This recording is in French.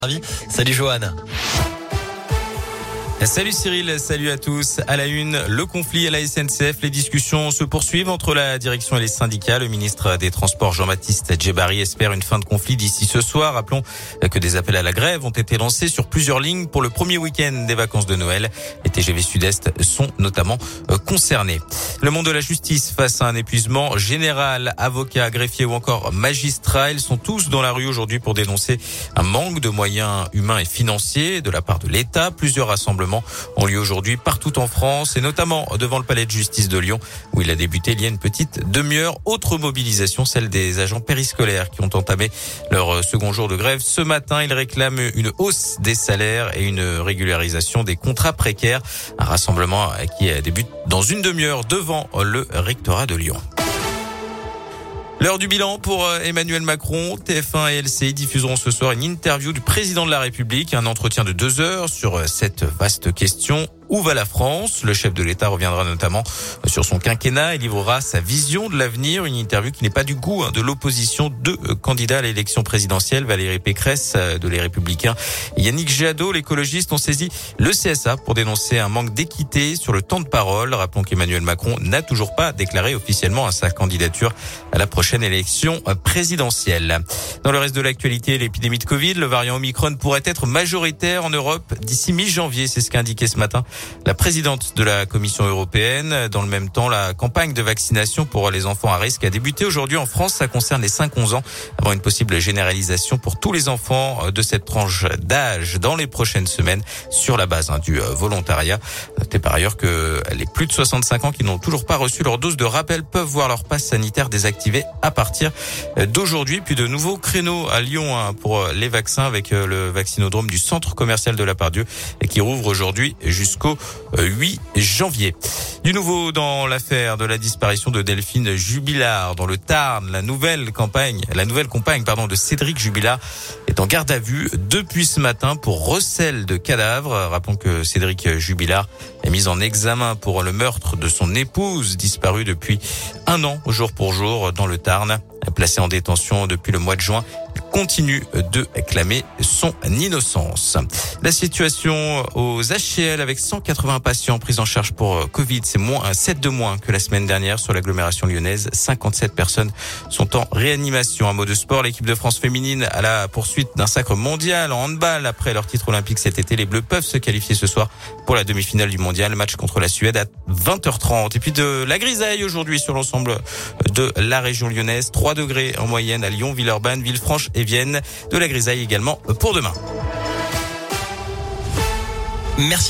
Salut Johan. Salut Cyril, salut à tous. À la une, le conflit à la SNCF. Les discussions se poursuivent entre la direction et les syndicats. Le ministre des Transports Jean-Baptiste Djebbari espère une fin de conflit d'ici ce soir. Rappelons que des appels à la grève ont été lancés sur plusieurs lignes pour le premier week-end des vacances de Noël. Les TGV Sud-Est sont notamment concernés. Le monde de la justice face à un épuisement général. Avocats, greffiers ou encore magistrats, ils sont tous dans la rue aujourd'hui pour dénoncer un manque de moyens humains et financiers de la part de l'État. Plusieurs rassemblements ont lieu aujourd'hui partout en France et notamment devant le palais de justice de Lyon où il a débuté il y a une petite demi-heure. Autre mobilisation, celle des agents périscolaires qui ont entamé leur second jour de grève. Ce matin, ils réclament une hausse des salaires et une régularisation des contrats précaires. Un rassemblement qui débute dans une demi-heure devant le rectorat de Lyon. L'heure du bilan pour Emmanuel Macron. TF1 et LCI diffuseront ce soir une interview du président de la République, un entretien de 2 heures sur cette vaste question. Où va la France? Le chef de l'État reviendra notamment sur son quinquennat et livrera sa vision de l'avenir. Une interview qui n'est pas du goût de l'opposition. 2 candidats à l'élection présidentielle, Valérie Pécresse de Les Républicains et Yannick Jadot, l'écologiste, ont saisi le CSA pour dénoncer un manque d'équité sur le temps de parole. Rappelons qu'Emmanuel Macron n'a toujours pas déclaré officiellement sa candidature à la prochaine élection présidentielle. Dans le reste de l'actualité, l'épidémie de Covid, le variant Omicron pourrait être majoritaire en Europe d'ici mi-janvier. C'est ce qu'a indiqué ce matin la présidente de la Commission européenne. Dans le même temps, la campagne de vaccination pour les enfants à risque a débuté aujourd'hui en France. Ça concerne les 5-11 ans, avant une possible généralisation pour tous les enfants de cette tranche d'âge dans les prochaines semaines sur la base du volontariat. Notez par ailleurs que les plus de 65 ans qui n'ont toujours pas reçu leur dose de rappel peuvent voir leur passe sanitaire désactivé à partir d'aujourd'hui. Puis de nouveaux créneaux à Lyon pour les vaccins avec le vaccinodrome du centre commercial de la Part-Dieu qui rouvre aujourd'hui jusqu'au 8 janvier. Du nouveau dans l'affaire de la disparition de Delphine Jubilard dans le Tarn. La nouvelle compagne de Cédric Jubilard est en garde à vue depuis ce matin pour recel de cadavres. Rappelons que Cédric Jubilard est mis en examen pour le meurtre de son épouse disparue depuis 1 an jour pour jour dans le Tarn. Placé en détention depuis le mois de juin, il continue de clamer son innocence. La situation aux HCL avec 180 patients pris en charge pour Covid, c'est 7 de moins que la semaine dernière sur l'agglomération lyonnaise. 57 personnes sont en réanimation. Un mot de sport, l'équipe de France féminine à la poursuite d'un sacre mondial en handball. Après leur titre olympique cet été, les Bleus peuvent se qualifier ce soir pour la demi-finale du mondial. Match contre la Suède à 20h30. Et puis de la grisaille aujourd'hui sur l'ensemble de la région lyonnaise. 3 degrés en moyenne à Lyon, Villeurbanne, Villefranche et Vienne. De la grisaille également pour demain. Merci.